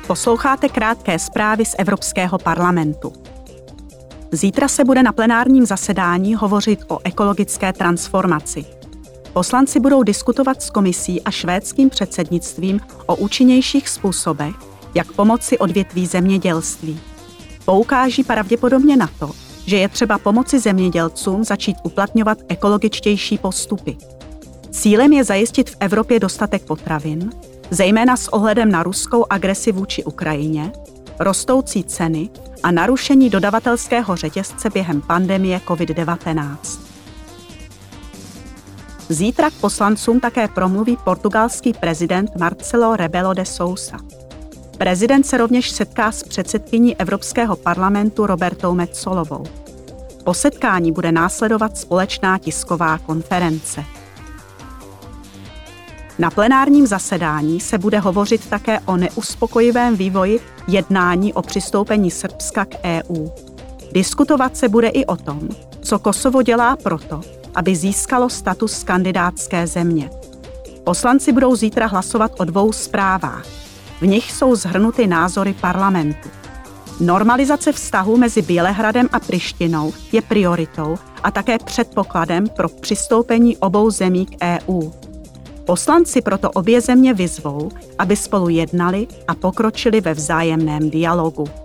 Posloucháte krátké zprávy z Evropského parlamentu. Zítra se bude na plenárním zasedání hovořit o ekologické transformaci. Poslanci budou diskutovat s komisí a švédským předsednictvím o účinnějších způsobech, jak pomoci odvětví zemědělství. Poukáží pravděpodobně na to, že je třeba pomoci zemědělcům začít uplatňovat ekologičtější postupy. Cílem je zajistit v Evropě dostatek potravin, zejména s ohledem na ruskou agresi vůči Ukrajině, rostoucí ceny a narušení dodavatelského řetězce během pandemie COVID-19. Zítra k poslancům také promluví portugalský prezident Marcelo Rebelo de Sousa. Prezident se rovněž setká s předsedkyní Evropského parlamentu Robertou Metsolovou. Po setkání bude následovat společná tisková konference. Na plenárním zasedání se bude hovořit také o neuspokojivém vývoji jednání o přistoupení Srbska k EU. Diskutovat se bude i o tom, co Kosovo dělá proto, aby získalo status kandidátské země. Poslanci budou zítra hlasovat o 2 zprávách. V nich jsou shrnuty názory parlamentu. Normalizace vztahů mezi Bělehradem a Prištinou je prioritou a také předpokladem pro přistoupení obou zemí k EU. Poslanci proto obě země vyzvou, aby spolu jednali a pokročili ve vzájemném dialogu.